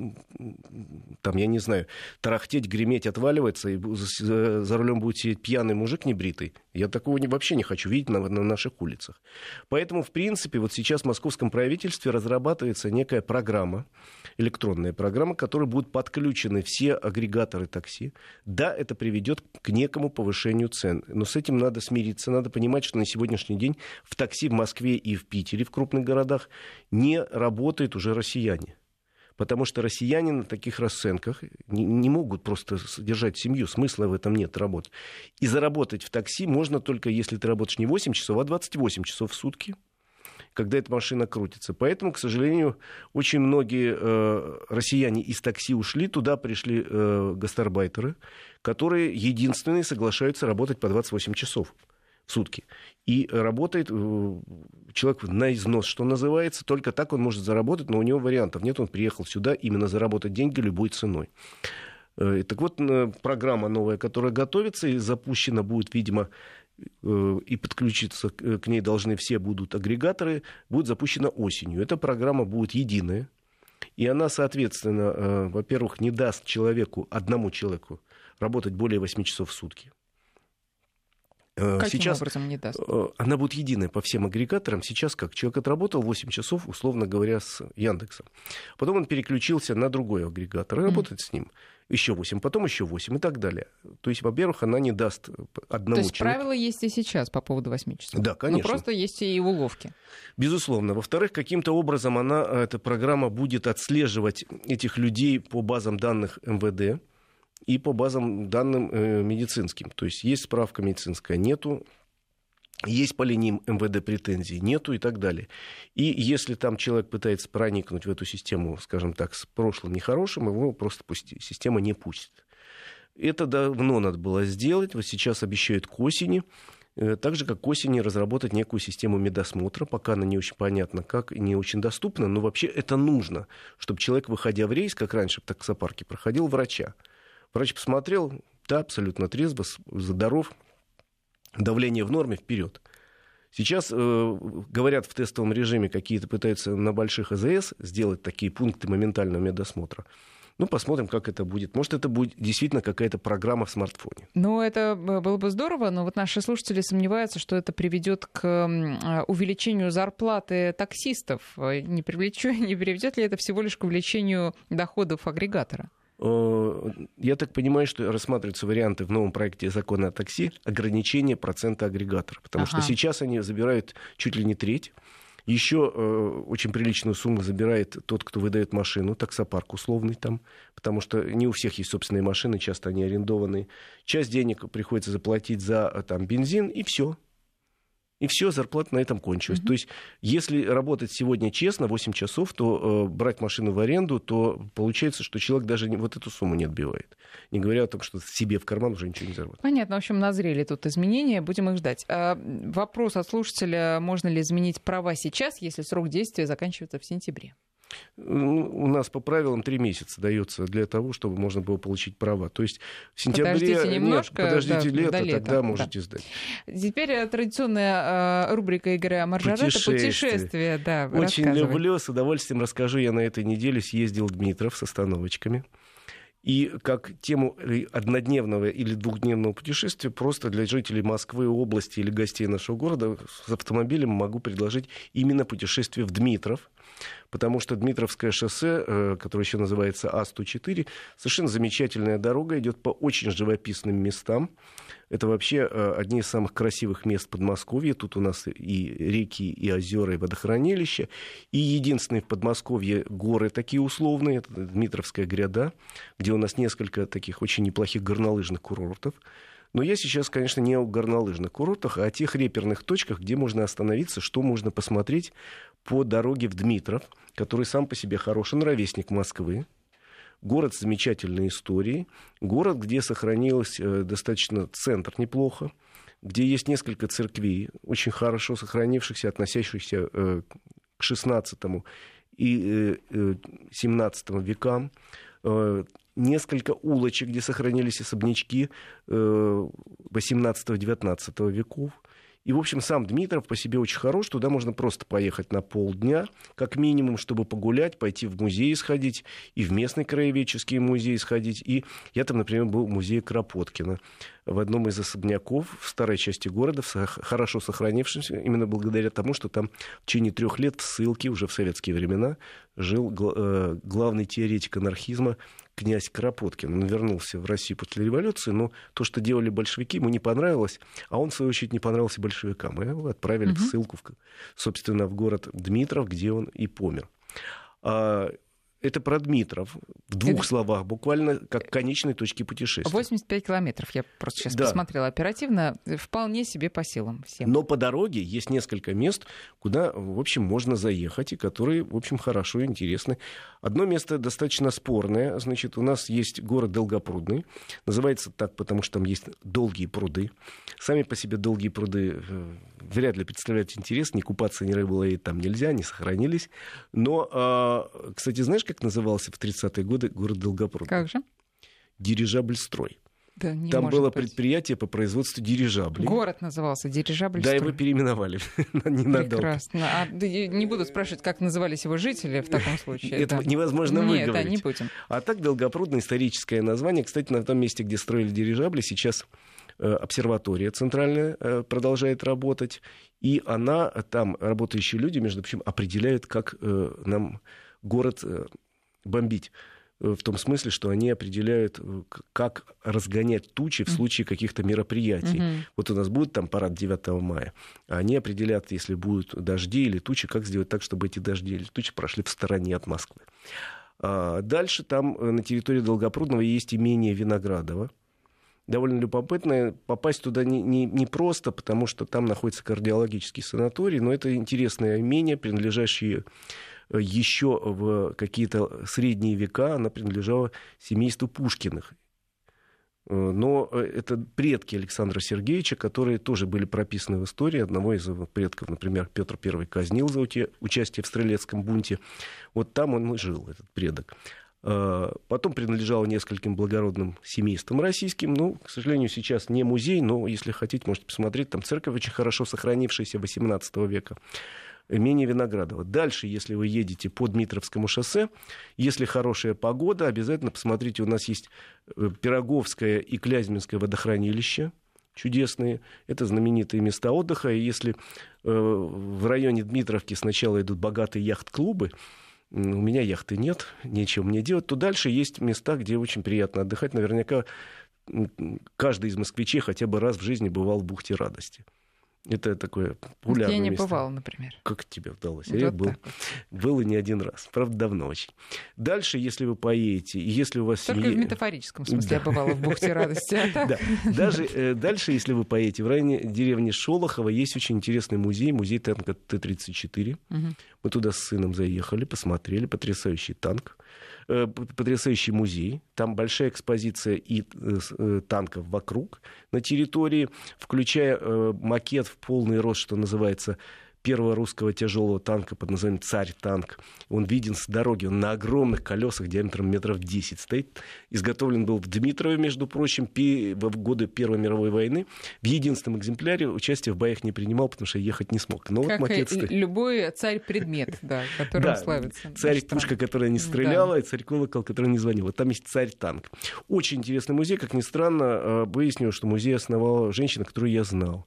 Speaker 2: там, я не знаю, тарахтеть, греметь, отваливаться, и за, за рулем будет сидеть пьяный мужик небритый. Я такого не, вообще не хочу видеть на, на наших улицах. Поэтому, в принципе, вот сейчас Сейчас в московском правительстве разрабатывается некая программа, электронная программа, к которой будут подключены все агрегаторы такси. Да, это приведет к некому повышению цен, но с этим надо смириться. Надо понимать, что на сегодняшний день в такси в Москве и в Питере, в крупных городах, не работают уже россияне. Потому что россияне на таких расценках не, не могут просто содержать семью, смысла в этом нет работать. И заработать в такси можно только, если ты работаешь не восемь часов, а двадцать восемь часов в сутки, когда эта машина крутится. Поэтому, к сожалению, очень многие э, россияне из такси ушли, туда пришли э, гастарбайтеры, которые единственные соглашаются работать по двадцать восемь часов в сутки. И работает э, человек на износ, что называется, только так он может заработать, но у него вариантов нет, он приехал сюда именно заработать деньги любой ценой. Э, так вот, э, программа новая, которая готовится и запущена будет, видимо, и подключиться к ней должны все будут агрегаторы, будет запущена осенью. Эта программа будет единая, и она, соответственно, во-первых, не даст человеку, одному человеку, работать более восемь часов в сутки.
Speaker 1: Каким
Speaker 2: Сейчас
Speaker 1: образом не даст?
Speaker 2: Она будет единая по всем агрегаторам. Сейчас как? Человек отработал восемь часов, условно говоря, с Яндексом. Потом он переключился на другой агрегатор и mm. работает с ним. Еще восемь, потом еще восемь и так далее. То есть, во-первых, она не даст одному
Speaker 1: То есть
Speaker 2: человеку...
Speaker 1: правила есть и сейчас по поводу восьми часов?
Speaker 2: Да, конечно.
Speaker 1: Но просто есть и уловки.
Speaker 2: Безусловно. Во-вторых, каким-то образом она, эта программа будет отслеживать этих людей по базам данных эм вэ дэ и по базам данным э, медицинским. То есть есть справка медицинская, нету. Есть по линиям эм вэ дэ претензий, нету и так далее. И если там человек пытается проникнуть в эту систему, скажем так, с прошлым нехорошим, его просто пусти, система не пустит. Это давно надо было сделать. Вот сейчас обещают к осени. Так же, как к осени разработать некую систему медосмотра. Пока она не очень понятна, как и не очень доступна. Но вообще это нужно, чтобы человек, выходя в рейс, как раньше в таксопарке, проходил врача. Врач посмотрел, да, абсолютно трезво, здоров. Давление в норме, вперед. Сейчас э, говорят в тестовом режиме, какие-то пытаются на больших а зэ эс сделать такие пункты моментального медосмотра. Ну, посмотрим, как это будет. Может, это будет действительно какая-то программа в смартфоне.
Speaker 1: Ну, это было бы здорово, но вот наши слушатели сомневаются, что это приведет к увеличению зарплаты таксистов. Не, привлечу, не приведет ли это всего лишь к увеличению доходов агрегатора?
Speaker 2: Я так понимаю, что рассматриваются варианты в новом проекте закона о такси ограничения процента агрегатора. Потому ага. что сейчас они забирают чуть ли не треть. Еще э, очень приличную сумму забирает тот, кто выдает машину, таксопарк условный там, потому что не у всех есть собственные машины, часто они арендованные. Часть денег приходится заплатить за там, бензин, и все. И все, зарплата на этом кончилась. Mm-hmm. То есть, если работать сегодня честно, восемь часов, то э, брать машину в аренду, то получается, что человек даже не, вот эту сумму не отбивает. Не говоря о том, что себе в карман уже ничего не заработает.
Speaker 1: Понятно. В общем, назрели тут изменения, будем их ждать. А, вопрос от слушателя: можно ли изменить права сейчас, если срок действия заканчивается в сентябре?
Speaker 2: У нас по правилам три месяца дается для того, чтобы можно было получить права. То есть в сентябре...
Speaker 1: Подождите немножко.
Speaker 2: Нет, подождите
Speaker 1: да,
Speaker 2: лето,
Speaker 1: лета,
Speaker 2: тогда
Speaker 1: да.
Speaker 2: можете сдать.
Speaker 1: Теперь традиционная рубрика Игоря Маржаретта «Путешествие». Да,
Speaker 2: очень люблю, с удовольствием расскажу. Я на этой неделе съездил в Дмитров с остановочками. И как тему однодневного или двухдневного путешествия просто для жителей Москвы, области или гостей нашего города с автомобилем могу предложить именно путешествие в Дмитров. Потому что Дмитровское шоссе, которое еще называется А сто четыре, совершенно замечательная дорога, идет по очень живописным местам. Это вообще одни из самых красивых мест Подмосковья. Тут у нас и реки, и озера, и водохранилища. И единственные в Подмосковье горы такие условные, это Дмитровская гряда, где у нас несколько таких очень неплохих горнолыжных курортов. Но я сейчас, конечно, не о горнолыжных курортах, а о тех реперных точках, где можно остановиться, что можно посмотреть по дороге в Дмитров, который сам по себе хороший, он ровесник Москвы. Город с замечательной историей. Город, где сохранился достаточно центр неплохо, где есть несколько церквей, очень хорошо сохранившихся, относящихся к шестнадцатому и семнадцатому векам. Несколько улочек, где сохранились особнячки восемнадцатого-девятнадцатого веков. И, в общем, сам Дмитров по себе очень хорош. Туда можно просто поехать на полдня, как минимум, чтобы погулять, пойти в музей сходить, и в местный краеведческий музей сходить. И я там, например, был в музее Кропоткина в одном из особняков в старой части города, хорошо сохранившемся, именно благодаря тому, что там в течение трех лет в ссылке, уже в советские времена, жил главный теоретик анархизма князь Кропоткин. Он вернулся в Россию после революции, но то, что делали большевики, ему не понравилось, а он, в свою очередь, не понравился большевикам. И его отправили mm-hmm. в ссылку, в, собственно, в город Дмитров, где он и помер. Это про Дмитров. В двух Это... словах, буквально как конечной точки путешествия.
Speaker 1: восемьдесят пять километров, я просто сейчас да. посмотрела оперативно, вполне себе по силам всем.
Speaker 2: Но по дороге есть несколько мест, куда, в общем, можно заехать, и которые, в общем, хорошо и интересны. Одно место достаточно спорное. Значит, у нас есть город Долгопрудный. Называется так, потому что там есть долгие пруды. Сами по себе долгие пруды вряд ли представляют интерес. Ни купаться, ни рыбу ловить там нельзя, не сохранились. Но, кстати, знаешь, как назывался в тридцатые годы город Долгопрудный?
Speaker 1: Как же?
Speaker 2: Дирижабльстрой.
Speaker 1: Да, не
Speaker 2: Там было
Speaker 1: быть.
Speaker 2: предприятие по производству дирижаблей.
Speaker 1: Город назывался Дирижабльстрой.
Speaker 2: Да, его переименовали ненадолго.
Speaker 1: Прекрасно. А, не буду спрашивать, как назывались его жители в таком случае.
Speaker 2: Это
Speaker 1: да.
Speaker 2: невозможно
Speaker 1: Нет,
Speaker 2: выговорить.
Speaker 1: Да, не будем.
Speaker 2: А так Долгопрудное историческое название. Кстати, на том месте, где строили дирижабли, сейчас обсерватория центральная продолжает работать, и она, там работающие люди, между прочим, определяют, как нам город бомбить. В том смысле, что они определяют, как разгонять тучи в случае каких-то мероприятий. Mm-hmm. Вот у нас будет там парад девятого мая. Они определят, если будут дожди или тучи, как сделать так, чтобы эти дожди или тучи прошли в стороне от Москвы. А дальше там на территории Долгопрудного есть имение Виноградово. Довольно любопытно. Попасть туда не, не, не просто, потому что там находится кардиологический санаторий, но это интересное имение, принадлежащее еще в какие-то средние века. Она принадлежала семейству Пушкиных. Но это предки Александра Сергеевича, которые тоже были прописаны в истории. Одного из его предков, например, Петр Первый казнил за участие в Стрелецком бунте. Вот там он и жил, этот предок. Потом принадлежал нескольким благородным семействам российским. Ну, к сожалению, сейчас не музей, но, если хотите, можете посмотреть. Там церковь очень хорошо сохранившаяся восемнадцатого века. Имение Виноградово. Дальше, если вы едете по Дмитровскому шоссе, если хорошая погода, обязательно посмотрите, у нас есть Пироговское и Клязьминское водохранилище чудесные. Это знаменитые места отдыха. И если э, в районе Дмитровки сначала идут богатые яхт-клубы, у меня яхты нет, нечего мне делать, то дальше есть места, где очень приятно отдыхать. Наверняка каждый из москвичей хотя бы раз в жизни бывал в бухте Радости. Это такое популярное
Speaker 1: Я не
Speaker 2: место.
Speaker 1: бывала, например.
Speaker 2: Как тебе удалось?
Speaker 1: Вот
Speaker 2: Я был,
Speaker 1: вот.
Speaker 2: был и не один раз. Правда, давно очень. Дальше, если вы поедете, и если у вас...
Speaker 1: Только
Speaker 2: семья...
Speaker 1: в метафорическом смысле я бывала в бухте Радости.
Speaker 2: Даже дальше, если вы поедете, в районе деревни Шолохово есть очень интересный музей, музей танка Т тридцать четыре. Мы туда с сыном заехали, посмотрели. Потрясающий танк. Потрясающий музей. Там большая экспозиция и танков вокруг на территории, включая макет в полный рост, что называется, первого русского тяжелого танка под названием «Царь-танк». Он виден с дороги, он на огромных колесах диаметром метров десять стоит. Изготовлен был в Дмитрове, между прочим, в годы Первой мировой войны. В единственном экземпляре участие в боях не принимал, потому что ехать не смог. Но
Speaker 1: как
Speaker 2: вот макет
Speaker 1: и любой царь-предмет, да, которым
Speaker 2: да,
Speaker 1: славится.
Speaker 2: Царь-пушка, которая не стреляла,
Speaker 1: да.
Speaker 2: И царь-колокол, который не звонил. Вот там есть царь-танк. Очень интересный музей. Как ни странно, выяснилось, что музей основала женщина, которую я знал.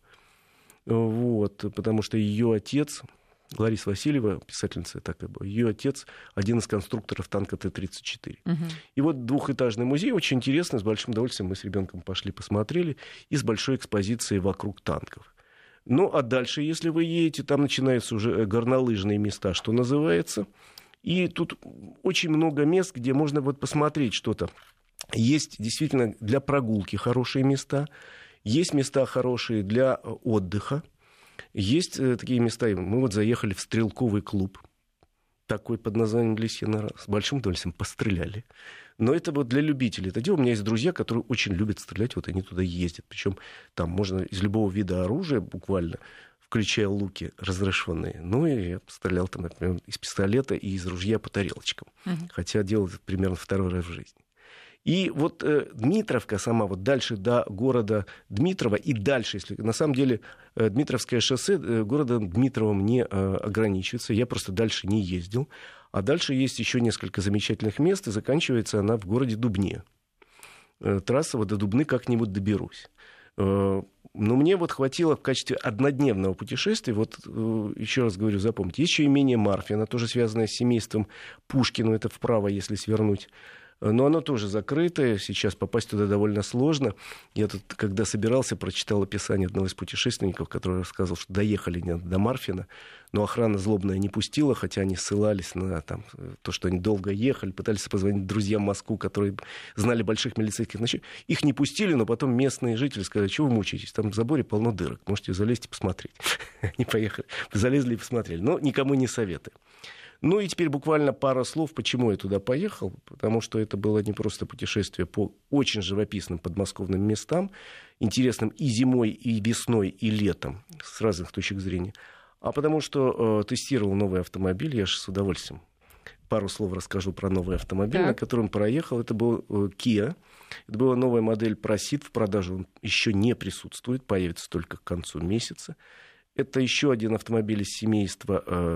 Speaker 2: Вот, потому что ее отец, Лариса Васильева, писательница такая была, ее отец один из конструкторов танка Т тридцать четыре. Uh-huh. И вот двухэтажный музей, очень интересный, с большим удовольствием мы с ребенком пошли, посмотрели, и с большой экспозицией вокруг танков. Ну, а дальше, если вы едете, там начинаются уже горнолыжные места, что называется, и тут очень много мест, где можно вот посмотреть что-то. Есть действительно для прогулки хорошие места. Есть места хорошие для отдыха. Есть э, такие места. Мы вот заехали в стрелковый клуб. Такой под названием «Лисья нора». С большим удовольствием постреляли. Но это вот для любителей. Это дело. У меня есть друзья, которые очень любят стрелять. Вот они туда ездят. Причем там можно из любого вида оружия буквально, включая луки разрешенные. Ну, и я стрелял там, например, из пистолета и из ружья по тарелочкам. Угу. Хотя делал это примерно второй раз в жизни. И вот э, Дмитровка сама, вот дальше до города Дмитрова и дальше, если на самом деле э, Дмитровское шоссе э, городом Дмитровым не э, ограничивается, я просто дальше не ездил, а дальше есть еще несколько замечательных мест, и заканчивается она в городе Дубне. Э, трасса вот до Дубны как-нибудь доберусь. Э, но мне вот хватило в качестве однодневного путешествия, вот э, еще раз говорю, запомните, есть еще имение Марфино, тоже связанное с семейством Пушкина, это вправо, если свернуть. Но оно тоже закрытое, сейчас попасть туда довольно сложно. Я тут, когда собирался, прочитал описание одного из путешественников, который рассказывал, что доехали до Марфина, но охрана злобная не пустила, хотя они ссылались на там, то, что они долго ехали, пытались позвонить друзьям в Москву, которые знали больших милицейских начальников. Их не пустили, но потом местные жители сказали, что вы мучаетесь, там в заборе полно дырок, можете залезть и посмотреть. Они поехали, залезли и посмотрели, но никому не советую. Ну и теперь буквально пара слов, почему я туда поехал. Потому что это было не просто путешествие по очень живописным подмосковным местам, интересным и зимой, и весной, и летом, с разных точек зрения. А потому что э, тестировал новый автомобиль, я же с удовольствием пару слов расскажу про новый автомобиль, так. на котором проехал. Это был э, Kia. Это была новая модель Proceed, в продаже он еще не присутствует, появится только к концу месяца. Это еще один автомобиль из семейства... Э,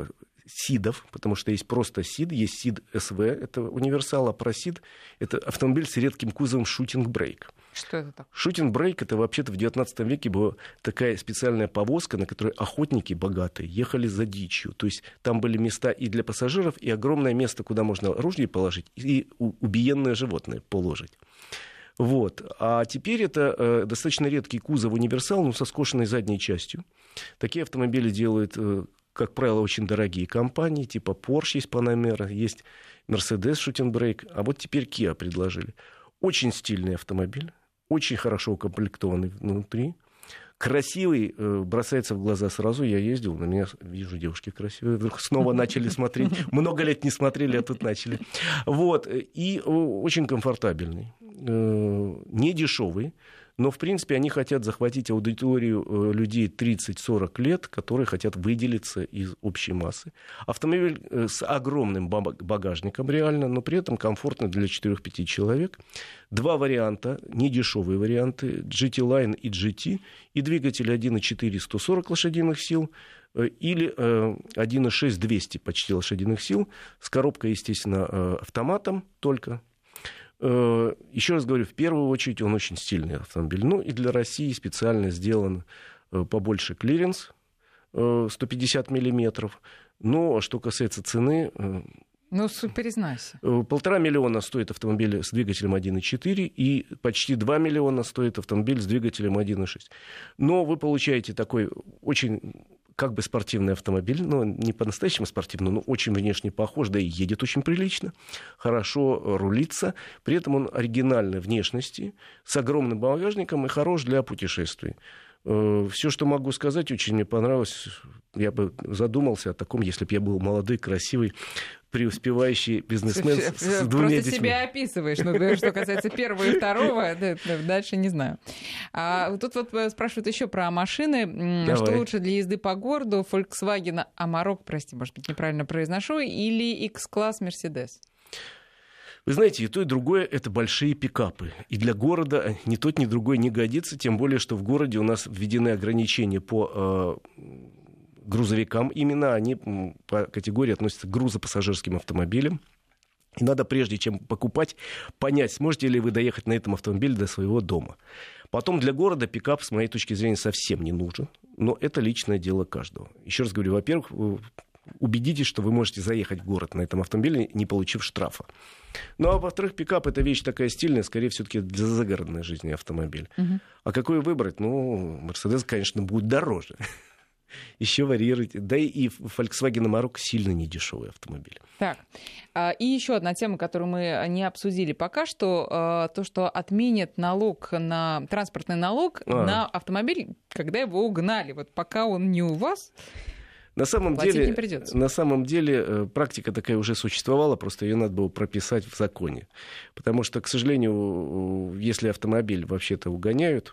Speaker 2: сидов, потому что есть просто сид, есть сид эс ви, это универсал, а просид — это автомобиль с редким кузовом шутинг-брейк.
Speaker 1: Что это такое?
Speaker 2: Шутинг-брейк — это вообще-то в девятнадцатом веке была такая специальная повозка, на которой охотники богатые ехали за дичью. То есть там были места и для пассажиров, и огромное место, куда можно оружие положить, и убиенное животное положить. Вот. А теперь это э, достаточно редкий кузов универсал, но со скошенной задней частью. Такие автомобили делают, э, как правило, очень дорогие компании, типа Porsche есть Panamera, есть Mercedes Shooting-Brake, а вот теперь Kia предложили. Очень стильный автомобиль, очень хорошо укомплектованный внутри, красивый, э, бросается в глаза сразу. Я ездил, на меня, вижу, девушки красивые, вдруг снова начали смотреть. Много лет не смотрели, а тут начали. Вот. И очень комфортабельный. Не дешевый, но, в принципе, они хотят захватить аудиторию людей тридцать-сорок лет, которые хотят выделиться из общей массы. Автомобиль с огромным багажником реально, но при этом комфортно для четырех-пяти человек. Два варианта, недешевые варианты, джи ти Line и джи ти, и двигатель один и четыре сто сорок лошадиных сил, или один и шесть двести почти лошадиных сил, с коробкой, естественно, автоматом только. Еще раз говорю, в первую очередь он очень стильный автомобиль. Ну и для России специально сделан побольше клиренс, сто пятьдесят миллиметров. Но что касается цены...
Speaker 1: Ну, признайся.
Speaker 2: Полтора миллиона стоит автомобиль с двигателем один и четыре, и почти два миллиона стоит автомобиль с двигателем один и шесть. Но вы получаете такой очень... как бы спортивный автомобиль, но не по-настоящему спортивный, но очень внешне похож, да и едет очень прилично, хорошо рулится, при этом он оригинальной внешности, с огромным багажником и хорош для путешествий. Все, что могу сказать, очень мне понравилось. Я бы задумался о таком, если бы я был молодой, красивый, преуспевающий бизнесмен с, с двумя детьми.
Speaker 1: Просто себя описываешь. Ну, что касается первого и второго, дальше не знаю. А тут вот спрашивают еще про машины. Давай. Что лучше для езды по городу? Volkswagen Amarok, прости, может быть, неправильно произношу, или X-класс Mercedes?
Speaker 2: Вы знаете, и то, и другое — это большие пикапы. И для города ни тот, ни другой не годится, тем более, что в городе у нас введены ограничения по э, грузовикам. Именно они по категории относятся к грузопассажирским автомобилям. И надо, прежде чем покупать, понять, сможете ли вы доехать на этом автомобиле до своего дома. Потом для города пикап, с моей точки зрения, совсем не нужен. Но это личное дело каждого. Еще раз говорю, во-первых, убедитесь, что вы можете заехать в город на этом автомобиле, не получив штрафа. Ну, а во-вторых, пикап — это вещь такая стильная, скорее все-таки для загородной жизни автомобиль. Uh-huh. А какой выбрать? Ну, Mercedes, конечно, будет дороже. Еще варьируйте. Да и Volkswagen Amarok сильно недешевый автомобиль.
Speaker 1: Так, и еще одна тема, которую мы не обсудили пока что, то, что отменят налог на транспортный налог а. на автомобиль, когда его угнали. Вот пока он не у вас...
Speaker 2: На самом, деле, на самом деле практика такая уже существовала, просто ее надо было прописать в законе. Потому что, к сожалению, если автомобиль вообще-то угоняют,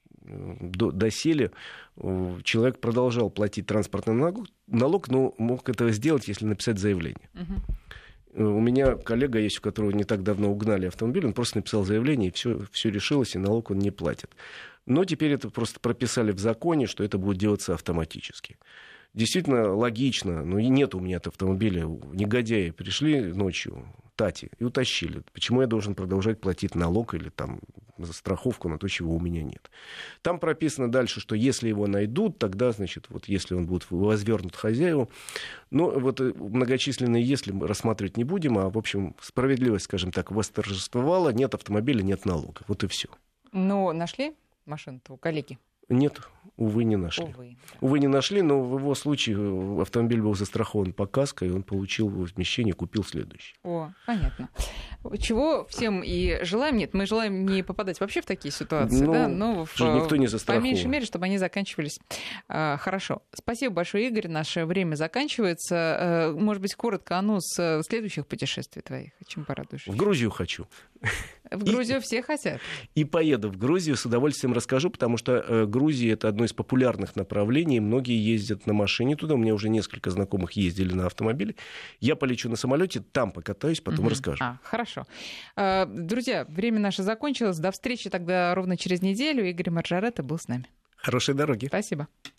Speaker 2: до, доселе человек продолжал платить транспортный налог, налог, но мог этого сделать, если написать заявление. Угу. У меня коллега есть, у которого не так давно угнали автомобиль, он просто написал заявление, и все, все решилось, и налог он не платит. Но теперь это просто прописали в законе, что это будет делаться автоматически. Действительно логично, но и нет у меня автомобиля. Негодяи пришли ночью, тати, и утащили. Почему я должен продолжать платить налог или там за страховку на то, чего у меня нет? Там прописано дальше, что если его найдут, тогда, значит, вот если он будет возвернут хозяеву. Но вот многочисленные «если» мы рассматривать не будем, а, в общем, справедливость, скажем так, восторжествовала. Нет автомобиля, нет налога. Вот и все.
Speaker 1: Ну, нашли машину-то у коллеги?
Speaker 2: Нет, увы, не нашли.
Speaker 1: Увы, да.
Speaker 2: Увы, не нашли, но в его случае автомобиль был застрахован по каско, и он получил возмещение, купил следующий.
Speaker 1: О, понятно. Чего всем и желаем. Нет, мы желаем не попадать вообще в такие ситуации,
Speaker 2: ну,
Speaker 1: да, но в,
Speaker 2: никто не застрахован.
Speaker 1: По меньшей мере, чтобы они заканчивались а, хорошо. Спасибо большое, Игорь. Наше время заканчивается. А, может быть, коротко анонс следующих путешествий твоих. Чем порадуешь?
Speaker 2: В Грузию хочу.
Speaker 1: В Грузию и, все хотят.
Speaker 2: И поеду в Грузию, с удовольствием расскажу, потому что э, Грузия — это одно из популярных направлений. Многие ездят на машине туда. У меня уже несколько знакомых ездили на автомобиле. Я полечу на самолете, там покатаюсь, потом угу. расскажу.
Speaker 1: А, хорошо. А, друзья, время наше закончилось. До встречи тогда ровно через неделю. Игорь Маржаретта был с нами.
Speaker 2: Хорошей дороги.
Speaker 1: Спасибо.